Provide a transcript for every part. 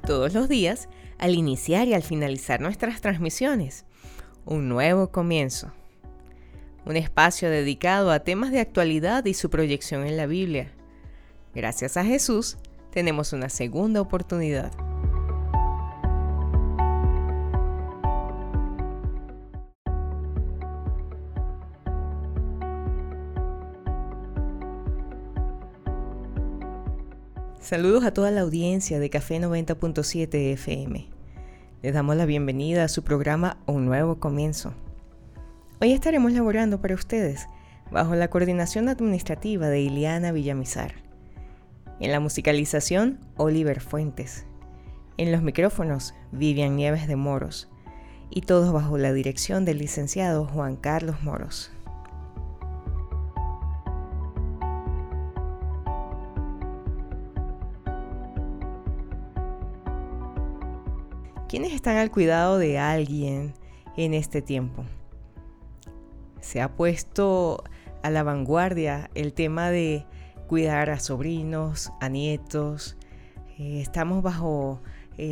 Todos los días, al iniciar y al finalizar nuestras transmisiones, un nuevo comienzo. Un espacio dedicado a temas de actualidad y su proyección en la Biblia. Gracias a Jesús, tenemos una segunda oportunidad. Saludos a toda la audiencia de Café 90.7 FM. Les damos la bienvenida a su programa Un Nuevo Comienzo. Hoy estaremos laborando para ustedes bajo la coordinación administrativa de Iliana Villamizar. En la musicalización, Oliver Fuentes. En los micrófonos, Vivian Nieves de Moros. Y todos bajo la dirección del licenciado Juan Carlos Moros. ¿Quiénes están al cuidado de alguien en este tiempo? Se ha puesto a la vanguardia el tema de cuidar a sobrinos, a nietos. Estamos bajo,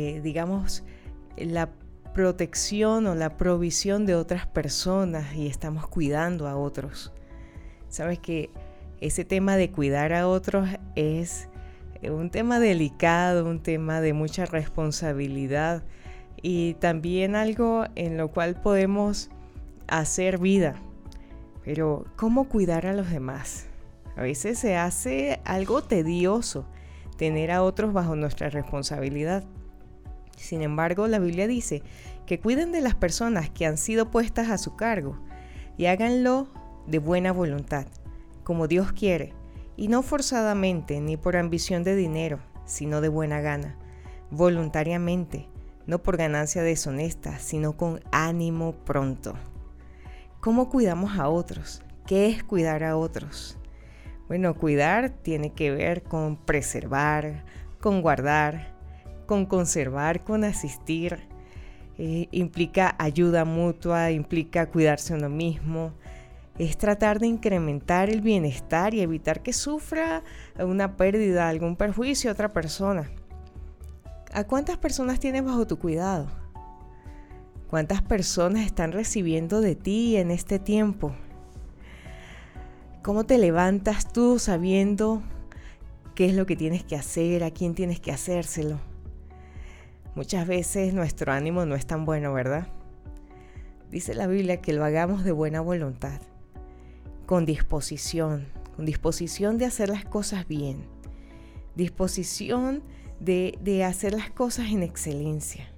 la protección o la provisión de otras personas y estamos cuidando a otros. Sabes que ese tema de cuidar a otros es un tema delicado, un tema de mucha responsabilidad. Y también algo en lo cual podemos hacer vida. Pero, ¿cómo cuidar a los demás? A veces se hace algo tedioso tener a otros bajo nuestra responsabilidad. Sin embargo, la Biblia dice que cuiden de las personas que han sido puestas a su cargo y háganlo de buena voluntad, como Dios quiere, y no forzadamente ni por ambición de dinero, sino de buena gana, voluntariamente. No por ganancia deshonesta, sino con ánimo pronto. ¿Cómo cuidamos a otros? ¿Qué es cuidar a otros? Bueno, cuidar tiene que ver con preservar, con guardar, con conservar, con asistir. Implica ayuda mutua, implica cuidarse uno mismo. Es tratar de incrementar el bienestar y evitar que sufra una pérdida, algún perjuicio a otra persona. ¿A cuántas personas tienes bajo tu cuidado? ¿Cuántas personas están recibiendo de ti en este tiempo? ¿Cómo te levantas tú sabiendo qué es lo que tienes que hacer, a quién tienes que hacérselo? Muchas veces nuestro ánimo no es tan bueno, ¿verdad? Dice la Biblia que lo hagamos de buena voluntad, con disposición de hacer las cosas bien, disposición de hacer las cosas en excelencia.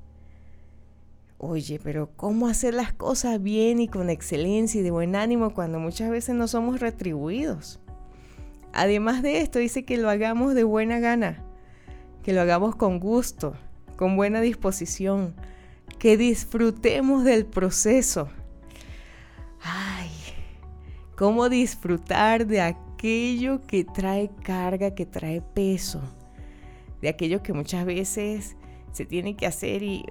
Oye, pero ¿cómo hacer las cosas bien y con excelencia y de buen ánimo cuando muchas veces no somos retribuidos? Además de esto, dice que lo hagamos de buena gana, que lo hagamos con gusto, con buena disposición, que disfrutemos del proceso. Ay, ¿cómo disfrutar de aquello que trae carga, que trae peso? De aquello que muchas veces se tiene que hacer y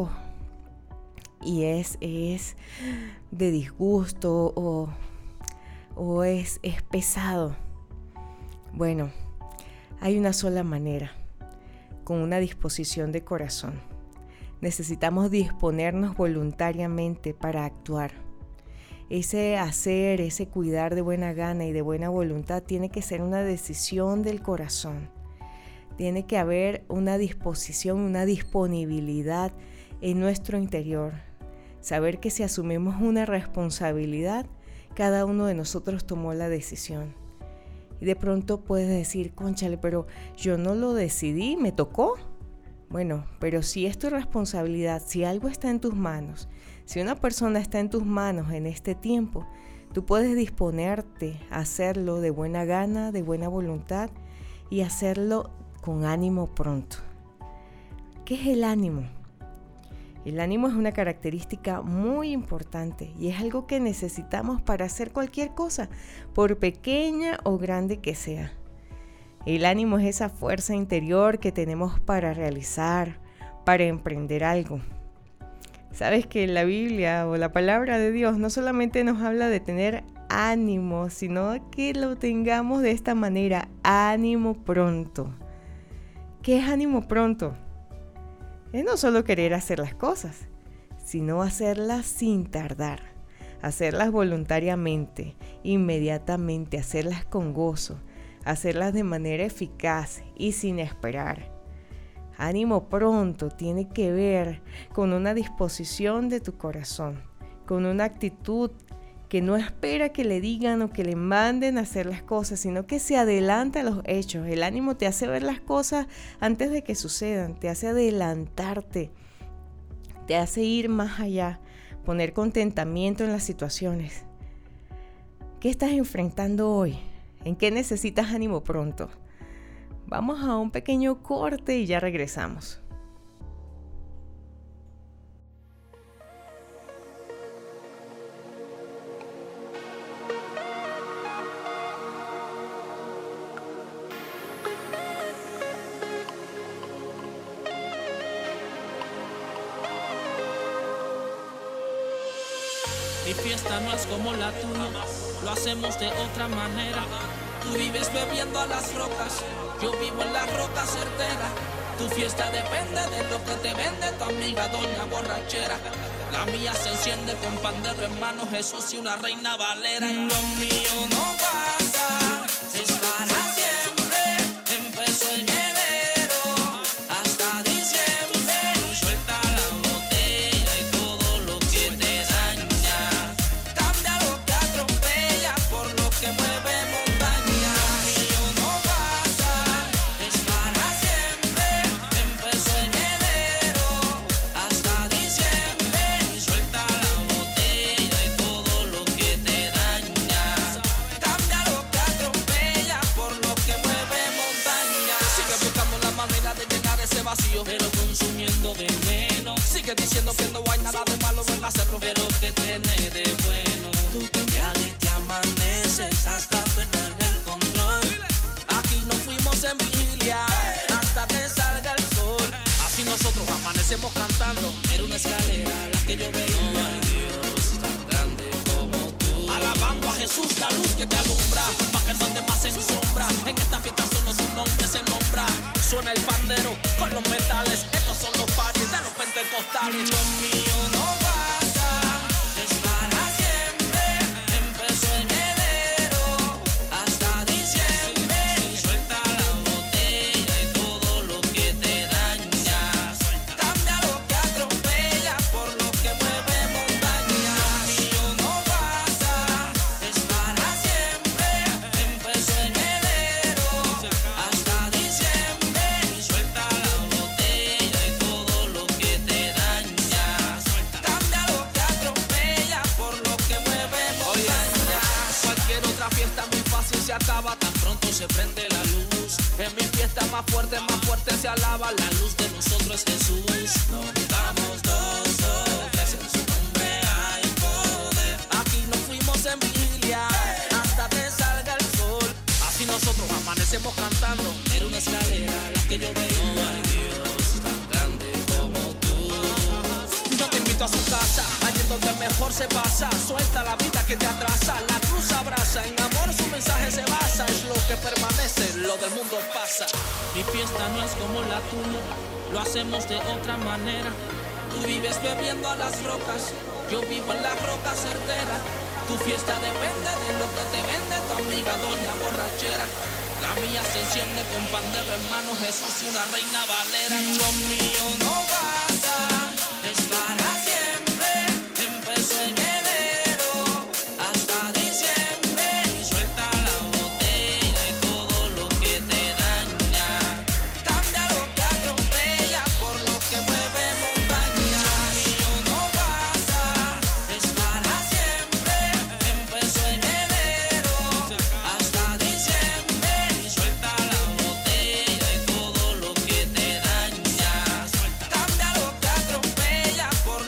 es de disgusto o es pesado. Bueno, hay una sola manera, con una disposición de corazón. Necesitamos disponernos voluntariamente para actuar. Ese hacer, ese cuidar de buena gana y de buena voluntad tiene que ser una decisión del corazón. Tiene que haber una disposición, una disponibilidad en nuestro interior. Saber que si asumimos una responsabilidad, cada uno de nosotros tomó la decisión. Y de pronto puedes decir, cónchale, pero yo no lo decidí, me tocó. Bueno, pero si es tu responsabilidad, si algo está en tus manos, si una persona está en tus manos en este tiempo, tú puedes disponerte a hacerlo de buena gana, de buena voluntad y hacerlo con ánimo pronto. ¿Qué es el ánimo? El ánimo es una característica muy importante y es algo que necesitamos para hacer cualquier cosa, por pequeña o grande que sea. El ánimo es esa fuerza interior que tenemos para realizar, para emprender algo. Sabes que la Biblia o la palabra de Dios no solamente nos habla de tener ánimo, sino que lo tengamos de esta manera, ánimo pronto. ¿Qué es ánimo pronto? Es no solo querer hacer las cosas, sino hacerlas sin tardar, hacerlas voluntariamente, inmediatamente, hacerlas con gozo, hacerlas de manera eficaz y sin esperar. Ánimo pronto tiene que ver con una disposición de tu corazón, con una actitud que no espera que le digan o que le manden a hacer las cosas, sino que se adelanta a los hechos. El ánimo te hace ver las cosas antes de que sucedan, te hace adelantarte, te hace ir más allá, poner contentamiento en las situaciones. ¿Qué estás enfrentando hoy? ¿En qué necesitas ánimo pronto? Vamos a un pequeño corte y ya regresamos. Mi fiesta no es como la tuya, lo hacemos de otra manera. Tú vives bebiendo a las rocas, yo vivo en la roca certera. Tu fiesta depende de lo que te vende tu amiga doña borrachera. La mía se enciende con pandero en mano, Jesús y una reina valera. Y lo mío no pasa, es para siempre. Empezó en enero hasta diciembre. Suelta la botella y todo lo que te daña. Cambia lo que atropella por lo que mueve montaña. Lo mío no pasa, es para siempre. Empezó en enero hasta diciembre. Suelta la botella y todo lo que te daña. Cambia lo que atropella por lo que mueve montaña. Sigue buscando la manera de llenar ese vacío, pero consumiendo veneno. Sigue diciendo que no hay nada de malo en hacerlo, pero que tiene de bueno. Tú te embriagas y te amaneces hasta perder el control. Aquí nos fuimos en vigilia hasta que salga el sol. Así nosotros amanecemos cantando. Era una escalera la que yo veía. No hay Dios tan grande como tú. Alabando a Jesús, la luz que te alumbra, pa' que no te más en sombra. En esta fiesta solo su nombre se nombra. Suena el pandero con los metales. Estos son los parties de los pentecostales. Lo mío no pasa, es para siempre. Empezó en enero hasta diciembre. Suelta la botella y todo lo que te daña. Cambia lo que atropella por lo que mueve montaña. Lo mío no pasa, es para siempre. Empezó en enero hasta diciembre. Suelta la botella y todo lo que te daña. Cambia lo que atropella por lo que mueve montaña. Cualquier otra fiesta muy fácil se acaba tan pronto se prende la luz. En mi fiesta más fuerte se alaba. La luz de nosotros es Jesús. No estamos dos o tres, en su nombre hay poder. Aquí nos fuimos en vigilia hasta que salga el sol. Así nosotros amanecemos cantando. Era una escalera la que yo veía. No hay Dios tan grande como tú. Yo te invito a su casa, allí en donde mejor se pasa. Suelta la vida que te atrasa, la cruz abraza. En amor su mensaje se basa, es lo que permanece, lo del mundo pasa. Mi fiesta no es como la tuya, lo hacemos de otra manera. Tú vives bebiendo a las rocas, yo vivo en la roca certera. Tu fiesta depende de lo que te vende tu amiga doña borrachera. La mía se enciende con pandero en mano, Jesús y una reina valera. Lo mío no pasa, es para siempre. Empezó en enero hasta diciembre. Suelta la botella y todo lo que te daña. Cambia lo que atropella por lo que mueve montaña. Lo mío no pasa, es para siempre. Empezó en enero hasta diciembre. Suelta la botella y todo lo que te daña. Cambia lo que atropella por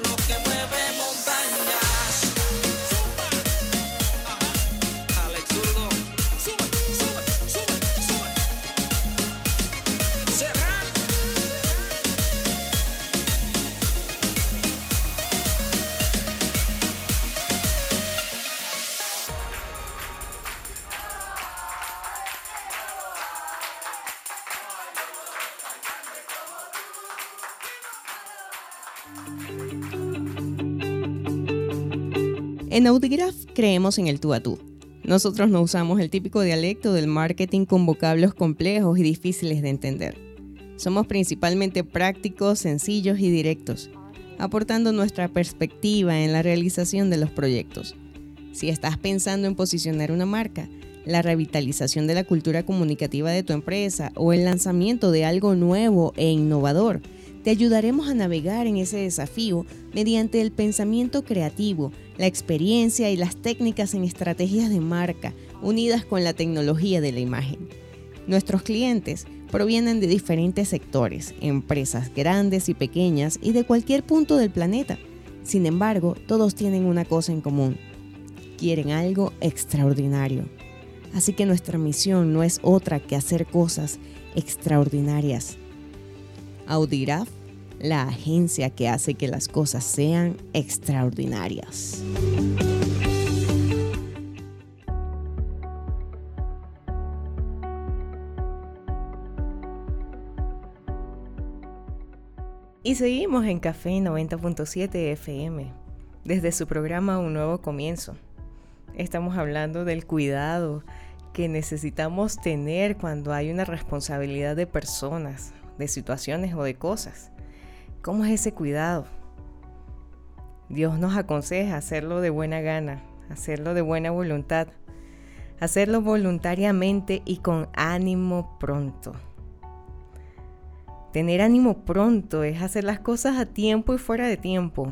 En Audigraph creemos en el tú a tú. Nosotros no usamos el típico dialecto del marketing con vocablos complejos y difíciles de entender. Somos principalmente prácticos, sencillos y directos, aportando nuestra perspectiva en la realización de los proyectos. Si estás pensando en posicionar una marca, la revitalización de la cultura comunicativa de tu empresa o el lanzamiento de algo nuevo e innovador, te ayudaremos a navegar en ese desafío mediante el pensamiento creativo, la experiencia y las técnicas en estrategias de marca unidas con la tecnología de la imagen. Nuestros clientes provienen de diferentes sectores, empresas grandes y pequeñas y de cualquier punto del planeta. Sin embargo, todos tienen una cosa en común: quieren algo extraordinario. Así que nuestra misión no es otra que hacer cosas extraordinarias. Audigraph, la agencia que hace que las cosas sean extraordinarias. Y seguimos en Café 90.7 FM, desde su programa Un Nuevo Comienzo. Estamos hablando del cuidado que necesitamos tener cuando hay una responsabilidad de personas, de situaciones o de cosas. ¿Cómo es ese cuidado? Dios nos aconseja hacerlo de buena gana, hacerlo de buena voluntad, hacerlo voluntariamente y con ánimo pronto. Tener ánimo pronto es hacer las cosas a tiempo y fuera de tiempo.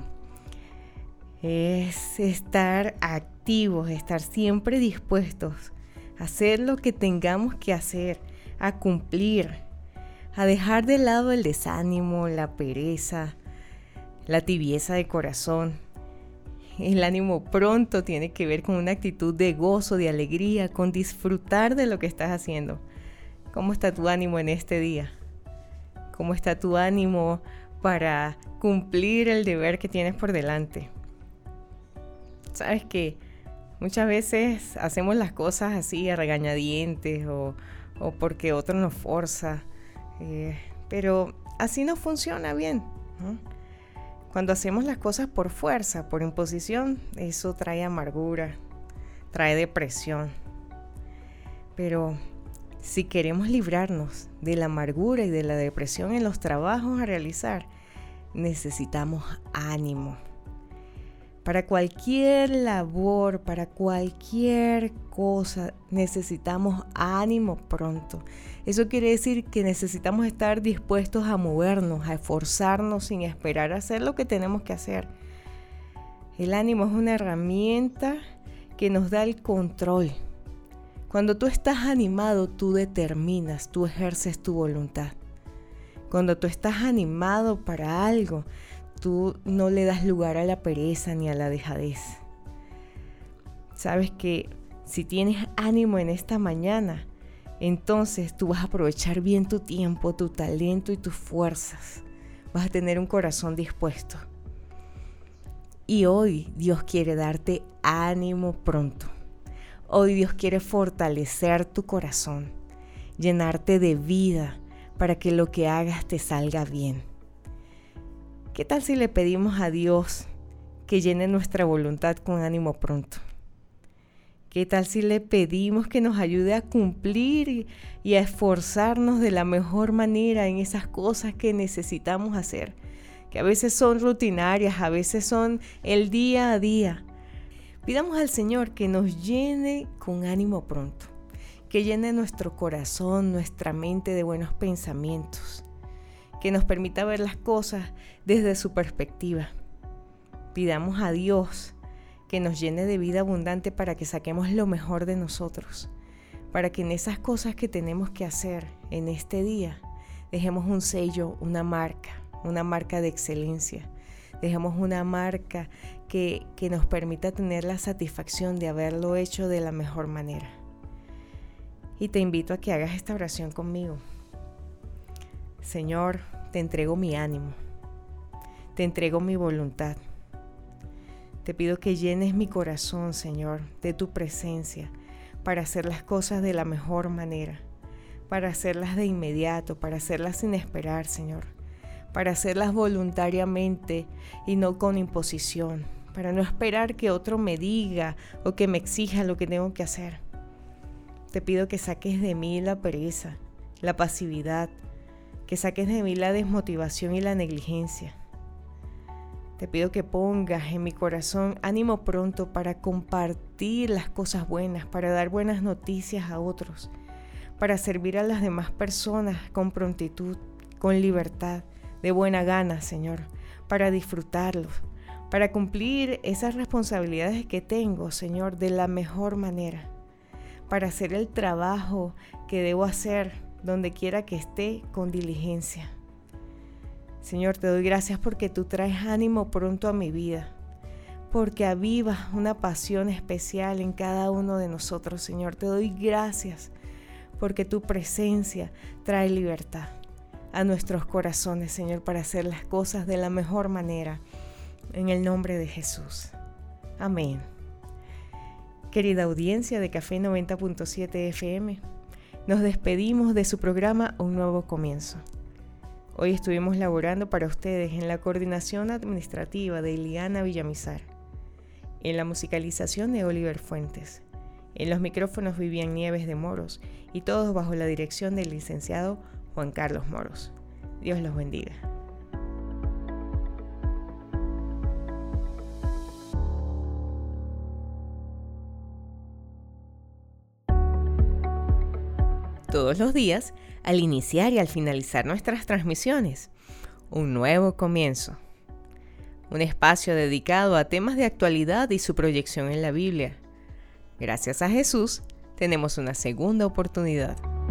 Es estar activos, estar siempre dispuestos a hacer lo que tengamos que hacer, a cumplir, a dejar de lado el desánimo, la pereza, la tibieza de corazón. El ánimo pronto tiene que ver con una actitud de gozo, de alegría, con disfrutar de lo que estás haciendo. ¿Cómo está tu ánimo en este día? ¿Cómo está tu ánimo para cumplir el deber que tienes por delante? Sabes que muchas veces hacemos las cosas así a regañadientes o porque otro nos forza, pero así no funciona bien, ¿no? Cuando hacemos las cosas por fuerza, por imposición, eso trae amargura, trae depresión. Pero si queremos librarnos de la amargura y de la depresión en los trabajos a realizar, necesitamos ánimo. Para cualquier labor, para cualquier cosa, necesitamos ánimo pronto. Eso quiere decir que necesitamos estar dispuestos a movernos, a esforzarnos sin esperar a hacer lo que tenemos que hacer. El ánimo es una herramienta que nos da el control. Cuando tú estás animado, tú determinas, tú ejerces tu voluntad. Cuando tú estás animado para algo, tú no le das lugar a la pereza ni a la dejadez. Sabes que si tienes ánimo en esta mañana, entonces tú vas a aprovechar bien tu tiempo, tu talento y tus fuerzas. Vas a tener un corazón dispuesto. Y hoy Dios quiere darte ánimo pronto. Hoy Dios quiere fortalecer tu corazón, llenarte de vida para que lo que hagas te salga bien. ¿Qué tal si le pedimos a Dios que llene nuestra voluntad con ánimo pronto? ¿Qué tal si le pedimos que nos ayude a cumplir y a esforzarnos de la mejor manera en esas cosas que necesitamos hacer? Que a veces son rutinarias, a veces son el día a día. Pidamos al Señor que nos llene con ánimo pronto, que llene nuestro corazón, nuestra mente de buenos pensamientos, que nos permita ver las cosas desde su perspectiva. Pidamos a Dios que nos llene de vida abundante para que saquemos lo mejor de nosotros, para que en esas cosas que tenemos que hacer en este día, dejemos un sello, una marca de excelencia. Dejemos una marca que nos permita tener la satisfacción de haberlo hecho de la mejor manera. Y te invito a que hagas esta oración conmigo. Señor, te entrego mi ánimo, te entrego mi voluntad. Te pido que llenes mi corazón, Señor, de tu presencia para hacer las cosas de la mejor manera, para hacerlas de inmediato, para hacerlas sin esperar, Señor, para hacerlas voluntariamente y no con imposición, para no esperar que otro me diga o que me exija lo que tengo que hacer. Te pido que saques de mí la pereza, la pasividad, que saques de mí la desmotivación y la negligencia. Te pido que pongas en mi corazón ánimo pronto para compartir las cosas buenas, para dar buenas noticias a otros, para servir a las demás personas con prontitud, con libertad, de buena gana, Señor, para disfrutarlos, para cumplir esas responsabilidades que tengo, Señor, de la mejor manera, para hacer el trabajo que debo hacer donde quiera que esté con diligencia. Señor, te doy gracias porque tú traes ánimo pronto a mi vida, porque avivas una pasión especial en cada uno de nosotros, Señor. Te doy gracias porque tu presencia trae libertad a nuestros corazones, Señor, para hacer las cosas de la mejor manera, en el nombre de Jesús. Amén. Querida audiencia de Café 90.7 FM, nos despedimos de su programa Un Nuevo Comienzo. Hoy estuvimos laborando para ustedes en la coordinación administrativa de Iliana Villamizar, en la musicalización de Oliver Fuentes, en los micrófonos Vivian Nieves de Moros y todos bajo la dirección del licenciado Juan Carlos Moros. Dios los bendiga. Todos los días, al iniciar y al finalizar nuestras transmisiones, un nuevo comienzo. Un espacio dedicado a temas de actualidad y su proyección en la Biblia. Gracias a Jesús, tenemos una segunda oportunidad.